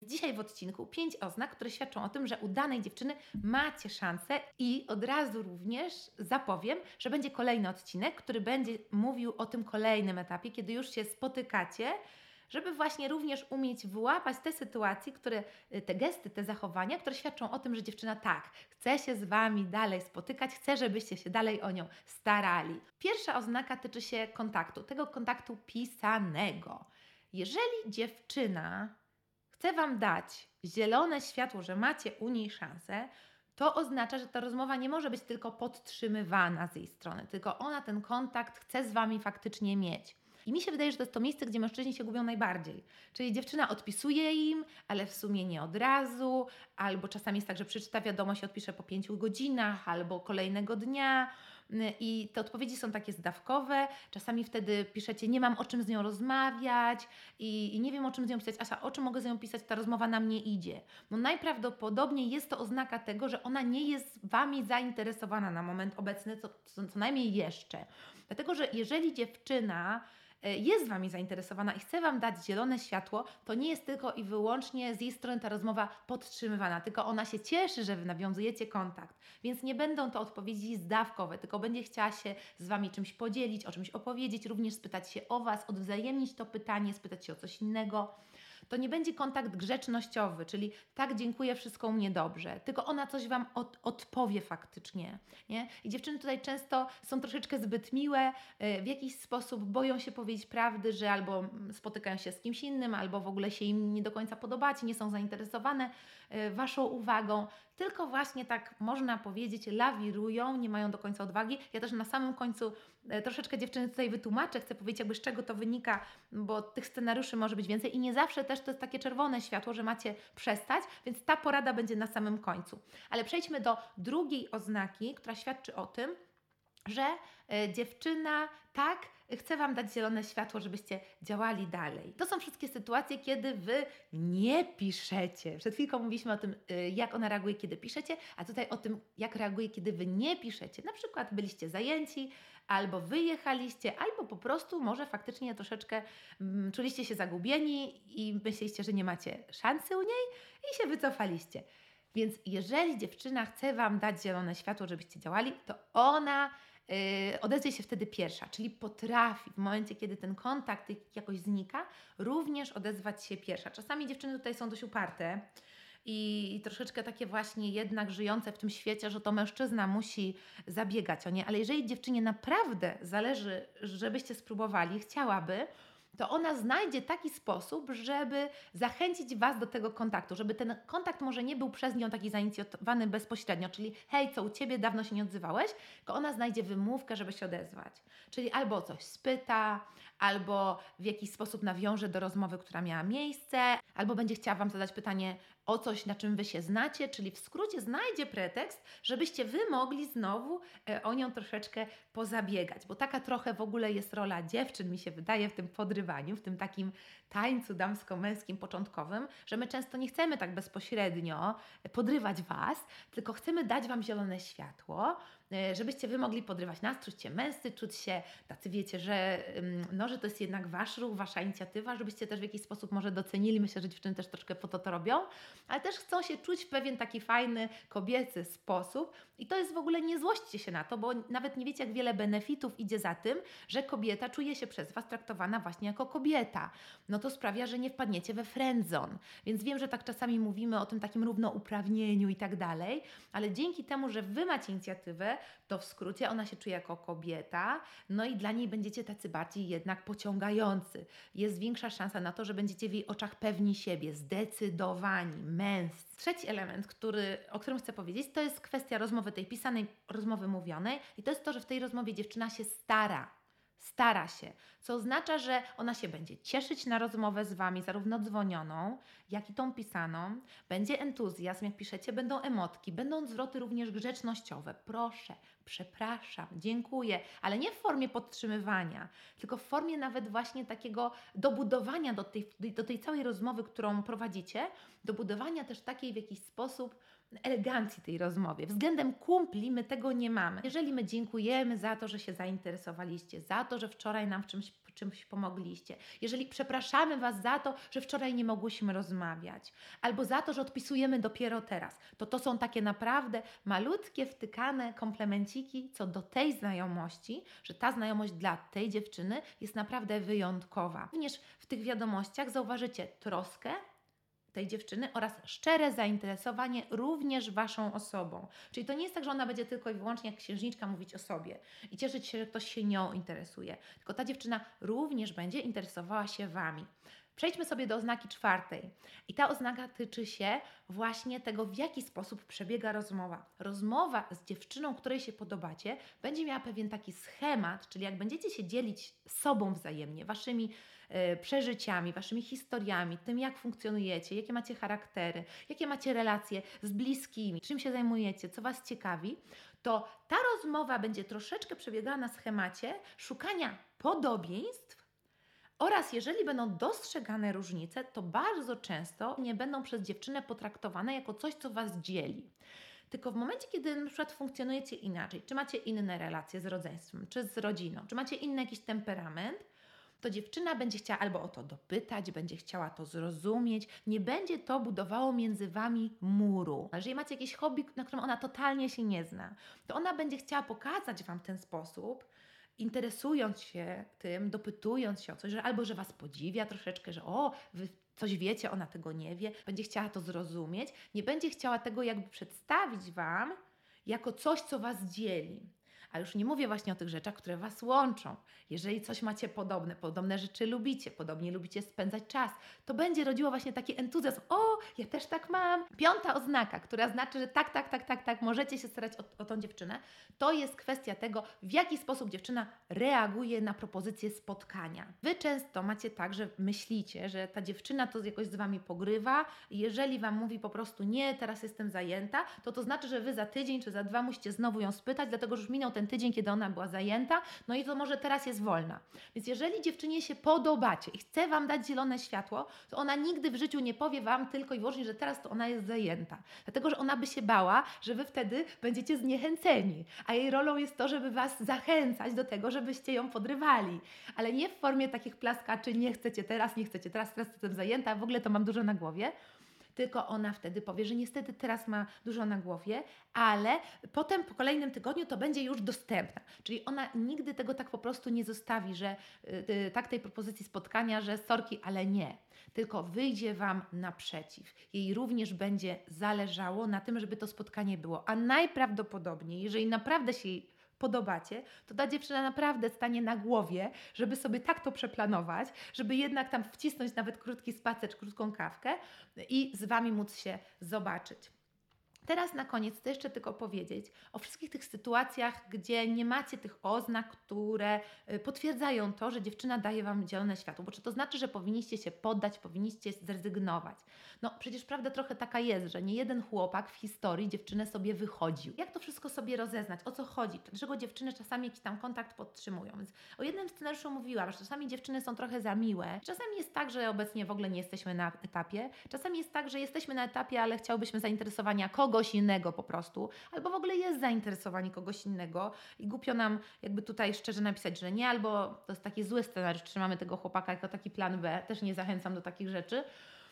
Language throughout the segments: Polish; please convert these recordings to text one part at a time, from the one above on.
dzisiaj w odcinku 5 oznak, które świadczą o tym, że u danej dziewczyny macie szansę i od razu również zapowiem, że będzie kolejny odcinek, który będzie mówił o tym kolejnym etapie, kiedy już się spotykacie, żeby właśnie również umieć wyłapać te sytuacje, te gesty, te zachowania, które świadczą o tym, że dziewczyna tak, chce się z Wami dalej spotykać, chce, żebyście się dalej o nią starali. Pierwsza oznaka tyczy się kontaktu, tego kontaktu pisanego. Jeżeli dziewczyna chce Wam dać zielone światło, że macie u niej szansę, to oznacza, że ta rozmowa nie może być tylko podtrzymywana z jej strony, tylko ona ten kontakt chce z Wami faktycznie mieć. I mi się wydaje, że to jest to miejsce, gdzie mężczyźni się gubią najbardziej. Czyli dziewczyna odpisuje im, ale w sumie nie od razu, albo czasami jest tak, że przeczyta wiadomość i odpisze po 5 godzinach, albo kolejnego dnia. I te odpowiedzi są takie zdawkowe. Czasami wtedy piszecie, nie mam o czym z nią rozmawiać i nie wiem o czym z nią pisać. Asia, o czym mogę z nią pisać? Ta rozmowa na mnie idzie. No najprawdopodobniej jest to oznaka tego, że ona nie jest Wami zainteresowana na moment obecny, co najmniej jeszcze. Dlatego, że jeżeli dziewczyna jest Wami zainteresowana i chce Wam dać zielone światło, to nie jest tylko i wyłącznie z jej strony ta rozmowa podtrzymywana, tylko ona się cieszy, że Wy nawiązujecie kontakt, więc nie będą to odpowiedzi zdawkowe, tylko będzie chciała się z Wami czymś podzielić, o czymś opowiedzieć, również spytać się o Was, odwzajemnić to pytanie, spytać się o coś innego. To nie będzie kontakt grzecznościowy, czyli tak, dziękuję, wszystko u mnie dobrze, tylko ona coś Wam odpowie faktycznie. Nie? I dziewczyny tutaj często są troszeczkę zbyt miłe, w jakiś sposób boją się powiedzieć prawdy, że albo spotykają się z kimś innym, albo w ogóle się im nie do końca podobacie, nie są zainteresowane Waszą uwagą, tylko właśnie tak można powiedzieć, lawirują, nie mają do końca odwagi. Ja też na samym końcu troszeczkę dziewczyny tutaj wytłumaczę, chcę powiedzieć jakby z czego to wynika, bo tych scenariuszy może być więcej i nie zawsze też to jest takie czerwone światło, że macie przestać, więc ta porada będzie na samym końcu. Ale przejdźmy do drugiej oznaki, która świadczy o tym, że dziewczyna tak chce Wam dać zielone światło, żebyście działali dalej. To są wszystkie sytuacje, kiedy Wy nie piszecie. Przed chwilką mówiliśmy o tym, jak ona reaguje, kiedy piszecie, a tutaj o tym, jak reaguje, kiedy Wy nie piszecie. Na przykład byliście zajęci, albo wyjechaliście, albo po prostu może faktycznie troszeczkę czuliście się zagubieni i myśleliście, że nie macie szansy u niej i się wycofaliście. Więc jeżeli dziewczyna chce Wam dać zielone światło, żebyście działali, to ona odezwie się wtedy pierwsza, czyli potrafi w momencie, kiedy ten kontakt jakoś znika, również odezwać się pierwsza. Czasami dziewczyny tutaj są dość uparte i troszeczkę takie właśnie jednak żyjące w tym świecie, że to mężczyzna musi zabiegać o nie, ale jeżeli dziewczynie naprawdę zależy, żebyście spróbowali, chciałaby, to ona znajdzie taki sposób, żeby zachęcić Was do tego kontaktu, żeby ten kontakt może nie był przez nią taki zainicjowany bezpośrednio, czyli hej, co u Ciebie, dawno się nie odzywałeś, tylko ona znajdzie wymówkę, żeby się odezwać. Czyli albo o coś spyta, albo w jakiś sposób nawiąże do rozmowy, która miała miejsce, albo będzie chciała Wam zadać pytanie o coś, na czym Wy się znacie, czyli w skrócie znajdzie pretekst, żebyście Wy mogli znowu o nią troszeczkę pozabiegać, bo taka trochę w ogóle jest rola dziewczyn, mi się wydaje, w tym podrywaniu, w tym takim tańcu damsko-męskim początkowym, że my często nie chcemy tak bezpośrednio podrywać Was, tylko chcemy dać Wam zielone światło, żebyście Wy mogli podrywać nas, czuć się męscy, czuć się tacy, wiecie, że to jest jednak Wasz ruch, Wasza inicjatywa, żebyście też w jakiś sposób może docenili, myślę, że dziewczyny też troszkę po to robią, ale też chcą się czuć w pewien taki fajny, kobiecy sposób i to jest w ogóle, nie złośćcie się na to, bo nawet nie wiecie, jak wiele benefitów idzie za tym, że kobieta czuje się przez Was traktowana właśnie jako kobieta. No to sprawia, że nie wpadniecie we friendzone, więc wiem, że tak czasami mówimy o tym takim równouprawnieniu i tak dalej, ale dzięki temu, że Wy macie inicjatywę, to w skrócie ona się czuje jako kobieta, no i dla niej będziecie tacy bardziej jednak pociągający. Jest większa szansa na to, że będziecie w jej oczach pewni siebie, zdecydowani, męscy. Trzeci element, o którym chcę powiedzieć, to jest kwestia rozmowy, tej pisanej rozmowy mówionej i to jest to, że w tej rozmowie dziewczyna się stara się, co oznacza, że ona się będzie cieszyć na rozmowę z Wami, zarówno dzwonioną, jak i tą pisaną. Będzie entuzjazm, jak piszecie, będą emotki, będą zwroty również grzecznościowe. Proszę, przepraszam, dziękuję, ale nie w formie podtrzymywania, tylko w formie nawet właśnie takiego dobudowania do tej całej rozmowy, którą prowadzicie, dobudowania też takiej w jakiś sposób elegancji tej rozmowie. Względem kumpli my tego nie mamy. Jeżeli my dziękujemy za to, że się zainteresowaliście, za to, że wczoraj nam w czymś w czymś pomogliście. Jeżeli przepraszamy Was za to, że wczoraj nie mogłyśmy rozmawiać, albo za to, że odpisujemy dopiero teraz, to są takie naprawdę malutkie, wtykane komplemenciki co do tej znajomości, że ta znajomość dla tej dziewczyny jest naprawdę wyjątkowa. Również w tych wiadomościach zauważycie troskę tej dziewczyny oraz szczere zainteresowanie również Waszą osobą. Czyli to nie jest tak, że ona będzie tylko i wyłącznie jak księżniczka mówić o sobie i cieszyć się, że ktoś się nią interesuje. Tylko ta dziewczyna również będzie interesowała się Wami. Przejdźmy sobie do oznaki 4. I ta oznaka tyczy się właśnie tego, w jaki sposób przebiega rozmowa. Rozmowa z dziewczyną, której się podobacie, będzie miała pewien taki schemat, czyli jak będziecie się dzielić sobą wzajemnie, Waszymi przeżyciami, Waszymi historiami, tym jak funkcjonujecie, jakie macie charaktery, jakie macie relacje z bliskimi, czym się zajmujecie, co Was ciekawi, to ta rozmowa będzie troszeczkę przebiegała na schemacie szukania podobieństw oraz jeżeli będą dostrzegane różnice, to bardzo często nie będą przez dziewczynę potraktowane jako coś, co Was dzieli. Tylko w momencie, kiedy na przykład funkcjonujecie inaczej, czy macie inne relacje z rodzeństwem, czy z rodziną, czy macie inny jakiś temperament, to dziewczyna będzie chciała albo o to dopytać, będzie chciała to zrozumieć, nie będzie to budowało między Wami muru. A jeżeli macie jakieś hobby, na którym ona totalnie się nie zna, to ona będzie chciała pokazać Wam w ten sposób, interesując się tym, dopytując się o coś, że albo że Was podziwia troszeczkę, że o, Wy coś wiecie, ona tego nie wie, będzie chciała to zrozumieć, nie będzie chciała tego jakby przedstawić Wam jako coś, co Was dzieli. A już nie mówię właśnie o tych rzeczach, które Was łączą. Jeżeli coś macie podobne rzeczy lubicie, podobnie lubicie spędzać czas, to będzie rodziło właśnie taki entuzjazm. O, ja też tak mam. 5. oznaka, która znaczy, że tak, możecie się starać o tą dziewczynę, to jest kwestia tego, w jaki sposób dziewczyna reaguje na propozycję spotkania. Wy często macie tak, że myślicie, że ta dziewczyna to jakoś z Wami pogrywa i jeżeli Wam mówi po prostu nie, teraz jestem zajęta, to znaczy, że Wy za tydzień czy za 2 musicie znowu ją spytać, dlatego że już minął ten tydzień, kiedy ona była zajęta, no i to może teraz jest wolna. Więc jeżeli dziewczynie się podobacie i chce Wam dać zielone światło, to ona nigdy w życiu nie powie Wam tylko i wyłącznie, że teraz to ona jest zajęta. Dlatego, że ona by się bała, że Wy wtedy będziecie zniechęceni, a jej rolą jest to, żeby Was zachęcać do tego, żebyście ją podrywali. Ale nie w formie takich plaskaczy, nie chcecie teraz, teraz jestem zajęta, w ogóle to mam dużo na głowie. Tylko ona wtedy powie, że niestety teraz ma dużo na głowie, ale potem po kolejnym tygodniu to będzie już dostępna. Czyli ona nigdy tego tak po prostu nie zostawi, że tak tej propozycji spotkania, że sorki, ale nie. Tylko wyjdzie Wam naprzeciw. Jej również będzie zależało na tym, żeby to spotkanie było. A najprawdopodobniej, jeżeli naprawdę się jej podobacie, to ta dziewczyna naprawdę stanie na głowie, żeby sobie tak to przeplanować, żeby jednak tam wcisnąć nawet krótki spacer, krótką kawkę i z Wami móc się zobaczyć. Teraz na koniec chcę jeszcze tylko powiedzieć o wszystkich tych sytuacjach, gdzie nie macie tych oznak, które potwierdzają to, że dziewczyna daje Wam zielone światło. Bo czy to znaczy, że powinniście się poddać, powinniście zrezygnować? No przecież prawda trochę taka jest, że nie jeden chłopak w historii dziewczynę sobie wychodził. Jak to wszystko sobie rozeznać? O co chodzi? Dlaczego dziewczyny czasami jakiś tam kontakt podtrzymują? Więc o jednym scenariuszu mówiłam, że czasami dziewczyny są trochę za miłe. Czasami jest tak, że obecnie w ogóle nie jesteśmy na etapie. Czasami jest tak, że jesteśmy na etapie, ale chciałbyśmy zainteresowania kogoś innego po prostu, albo w ogóle jest zainteresowanie kogoś innego i głupio nam jakby tutaj szczerze napisać, że nie, albo to jest taki zły scenariusz, trzymamy tego chłopaka jako taki plan B, też nie zachęcam do takich rzeczy,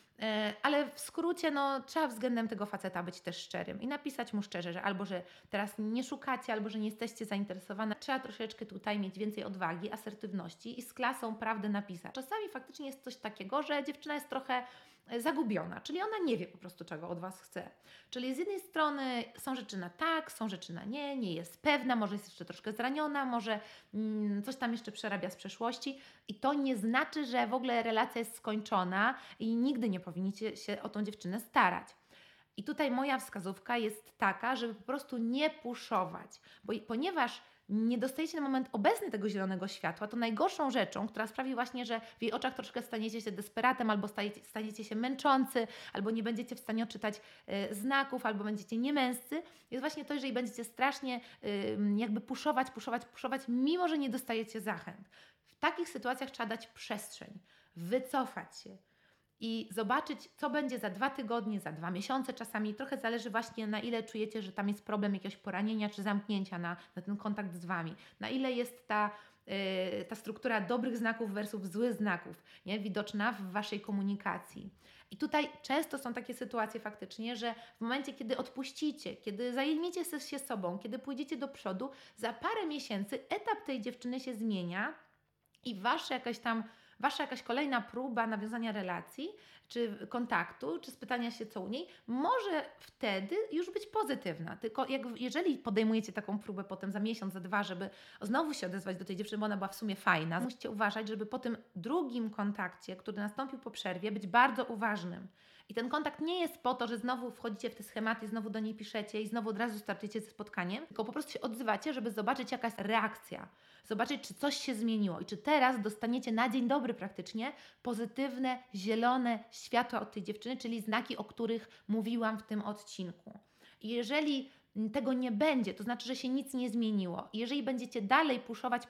ale w skrócie no, trzeba względem tego faceta być też szczerym i napisać mu szczerze, że albo, że teraz nie szukacie, albo, że nie jesteście zainteresowane. Trzeba troszeczkę tutaj mieć więcej odwagi, asertywności i z klasą prawdę napisać. Czasami faktycznie jest coś takiego, że dziewczyna jest trochę zagubiona, czyli ona nie wie po prostu, czego od Was chce. Czyli z jednej strony są rzeczy na tak, są rzeczy na nie, nie jest pewna, może jest jeszcze troszkę zraniona, może coś tam jeszcze przerabia z przeszłości i to nie znaczy, że w ogóle relacja jest skończona i nigdy nie powinniście się o tą dziewczynę starać. I tutaj moja wskazówka jest taka, żeby po prostu nie puszować, ponieważ nie dostajecie na moment obecny tego zielonego światła, to najgorszą rzeczą, która sprawi właśnie, że w jej oczach troszkę staniecie się desperatem, albo staniecie się męczący, albo nie będziecie w stanie odczytać znaków, albo będziecie niemęscy, jest właśnie to, jeżeli będziecie strasznie jakby puszować, mimo że nie dostajecie zachęt. W takich sytuacjach trzeba dać przestrzeń, wycofać się i zobaczyć, co będzie za 2 tygodnie, za 2 miesiące czasami. Trochę zależy właśnie, na ile czujecie, że tam jest problem jakiegoś poranienia czy zamknięcia na ten kontakt z Wami. Na ile jest ta ta struktura dobrych znaków versus złych znaków, nie? Widoczna w Waszej komunikacji. I tutaj często są takie sytuacje faktycznie, że w momencie, kiedy odpuścicie, kiedy zajmiecie się sobą, kiedy pójdziecie do przodu, za parę miesięcy etap tej dziewczyny się zmienia i Wasza jakaś kolejna próba nawiązania relacji, czy kontaktu, czy spytania się co u niej, może wtedy już być pozytywna. Tylko jeżeli podejmujecie taką próbę potem za miesiąc, za 2, żeby znowu się odezwać do tej dziewczyny, bo ona była w sumie fajna, musicie uważać, żeby po tym drugim kontakcie, który nastąpił po przerwie, być bardzo uważnym. I ten kontakt nie jest po to, że znowu wchodzicie w te schematy, znowu do niej piszecie i znowu od razu startujecie ze spotkaniem, tylko po prostu się odzywacie, żeby zobaczyć jaka jest reakcja. Zobaczyć, czy coś się zmieniło i czy teraz dostaniecie na dzień dobry praktycznie pozytywne, zielone światła od tej dziewczyny, czyli znaki, o których mówiłam w tym odcinku. I jeżeli tego nie będzie, to znaczy, że się nic nie zmieniło. I jeżeli będziecie dalej puszować,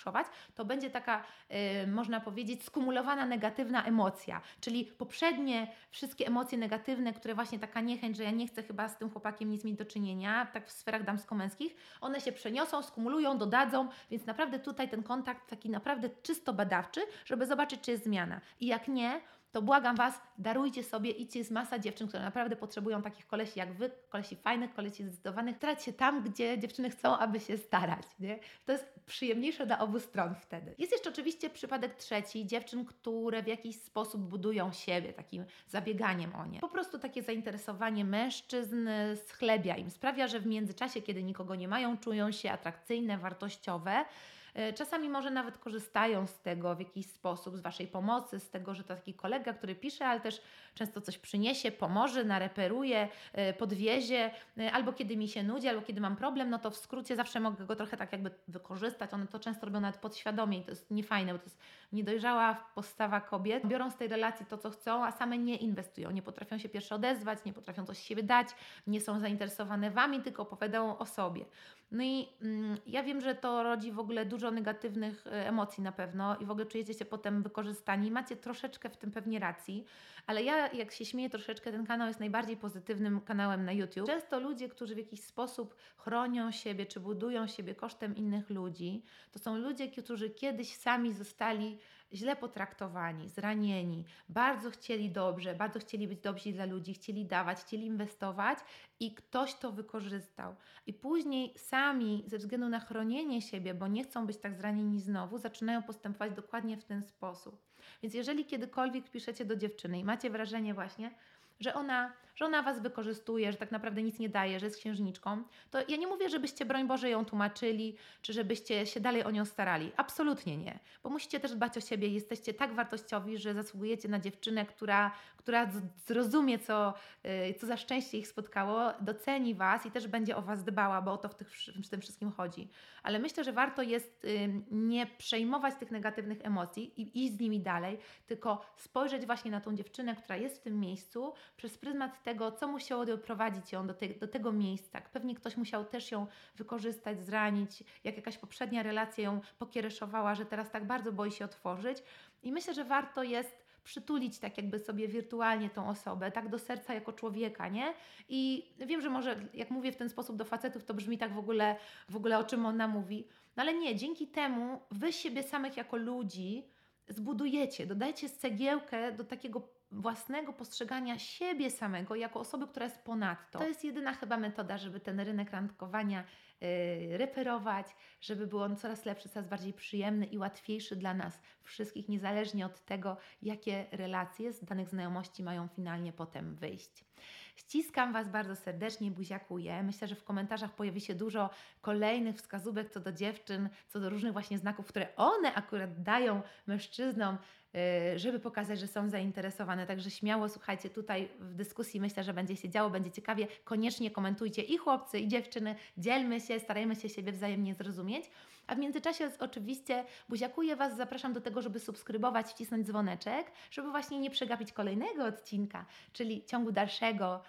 to będzie taka, można powiedzieć, skumulowana negatywna emocja. Czyli poprzednie wszystkie emocje negatywne, które właśnie taka niechęć, że ja nie chcę chyba z tym chłopakiem nic mieć do czynienia, tak w sferach damsko-męskich, one się przeniosą, skumulują, dodadzą, więc naprawdę tutaj ten kontakt taki naprawdę czysto badawczy, żeby zobaczyć, czy jest zmiana. I jak nie, to błagam Was, darujcie sobie, idźcie, jest masa dziewczyn, które naprawdę potrzebują takich kolesi jak Wy, kolesi fajnych, kolesi zdecydowanych. Starać się tam, gdzie dziewczyny chcą, aby się starać, nie? To jest przyjemniejsze dla obu stron wtedy. Jest jeszcze oczywiście przypadek trzeci, dziewczyn, które w jakiś sposób budują siebie, takim zabieganiem o nie. Po prostu takie zainteresowanie mężczyzn schlebia im, sprawia, że w międzyczasie, kiedy nikogo nie mają, czują się atrakcyjne, wartościowe. Czasami może nawet korzystają z tego w jakiś sposób, z Waszej pomocy, z tego, że to taki kolega, który pisze, ale też często coś przyniesie, pomoże, nareperuje, podwiezie, albo kiedy mi się nudzi, albo kiedy mam problem, no to w skrócie zawsze mogę go trochę tak jakby wykorzystać. One to często robią nawet podświadomie i to jest niefajne, bo to jest niedojrzała postawa kobiet. Biorą z tej relacji to, co chcą, a same nie inwestują, nie potrafią się pierwsze odezwać, nie potrafią coś z siebie dać, nie są zainteresowane Wami, tylko opowiadają o sobie. No i ja wiem, że to rodzi w ogóle dużo negatywnych emocji na pewno i w ogóle czujecie się potem wykorzystani. Macie troszeczkę w tym pewnie racji, ale ja, jak się śmieję troszeczkę, ten kanał jest najbardziej pozytywnym kanałem na YouTube. Często ludzie, którzy w jakiś sposób chronią siebie czy budują siebie kosztem innych ludzi, to są ludzie, którzy kiedyś sami zostali źle potraktowani, zranieni, bardzo chcieli dobrze, bardzo chcieli być dobrzy dla ludzi, chcieli dawać, chcieli inwestować i ktoś to wykorzystał. I później sami ze względu na chronienie siebie, bo nie chcą być tak zranieni znowu, zaczynają postępować dokładnie w ten sposób. Więc jeżeli kiedykolwiek piszecie do dziewczyny i macie wrażenie właśnie, że ona Was wykorzystuje, że tak naprawdę nic nie daje, że jest księżniczką, to ja nie mówię, żebyście, broń Boże, ją tłumaczyli, czy żebyście się dalej o nią starali. Absolutnie nie. Bo musicie też dbać o siebie. Jesteście tak wartościowi, że zasługujecie na dziewczynę, która zrozumie, co za szczęście ich spotkało, doceni Was i też będzie o Was dbała, bo o to w tym wszystkim chodzi. Ale myślę, że warto jest nie przejmować tych negatywnych emocji i iść z nimi dalej, tylko spojrzeć właśnie na tą dziewczynę, która jest w tym miejscu, przez pryzmat tego, co musiało doprowadzić ją do tego miejsca. Pewnie ktoś musiał też ją wykorzystać, zranić, jak jakaś poprzednia relacja ją pokiereszowała, że teraz tak bardzo boi się otworzyć. I myślę, że warto jest przytulić tak jakby sobie wirtualnie tą osobę, tak do serca jako człowieka, nie? I wiem, że może jak mówię w ten sposób do facetów, to brzmi tak w ogóle o czym ona mówi, no ale nie, dzięki temu Wy siebie samych jako ludzi zbudujecie, dodajcie cegiełkę do takiego własnego postrzegania siebie samego jako osoby, która jest ponadto. To jest jedyna chyba metoda, żeby ten rynek randkowania reperować, żeby był on coraz lepszy, coraz bardziej przyjemny i łatwiejszy dla nas wszystkich, niezależnie od tego, jakie relacje z danych znajomości mają finalnie potem wyjść. Ściskam Was bardzo serdecznie, buziakuję. Myślę, że w komentarzach pojawi się dużo kolejnych wskazówek co do dziewczyn, co do różnych właśnie znaków, które one akurat dają mężczyznom, żeby pokazać, że są zainteresowane. Także śmiało, słuchajcie, tutaj w dyskusji myślę, że będzie się działo, będzie ciekawie. Koniecznie komentujcie i chłopcy, i dziewczyny. Dzielmy się, starajmy się siebie wzajemnie zrozumieć. A w międzyczasie oczywiście buziakuję Was, zapraszam do tego, żeby subskrybować, wcisnąć dzwoneczek, żeby właśnie nie przegapić kolejnego odcinka, czyli ciągu dalszego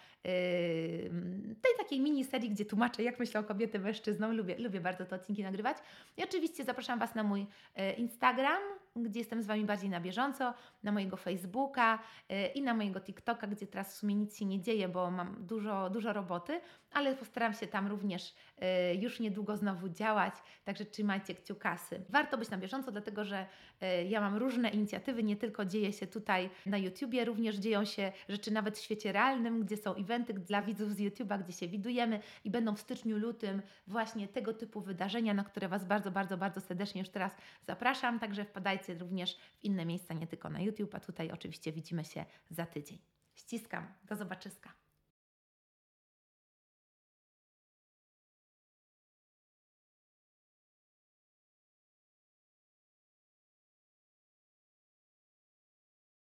tej takiej miniserii, gdzie tłumaczę, jak myślą kobiety mężczyznom. Lubię bardzo te odcinki nagrywać. I oczywiście zapraszam Was na mój Instagram, gdzie jestem z Wami bardziej na bieżąco, na mojego Facebooka i na mojego TikToka, gdzie teraz w sumie nic się nie dzieje, bo mam dużo roboty, ale postaram się tam również już niedługo znowu działać, także trzymajcie kciukasy. Warto być na bieżąco, dlatego że ja mam różne inicjatywy, nie tylko dzieje się tutaj na YouTubie, również dzieją się rzeczy nawet w świecie realnym, gdzie są eventy dla widzów z YouTube'a, gdzie się widujemy i będą w styczniu, lutym właśnie tego typu wydarzenia, na które Was bardzo serdecznie już teraz zapraszam, także wpadajcie również w inne miejsca, nie tylko na YouTube, a tutaj oczywiście widzimy się za tydzień. Ściskam, do zobaczyska.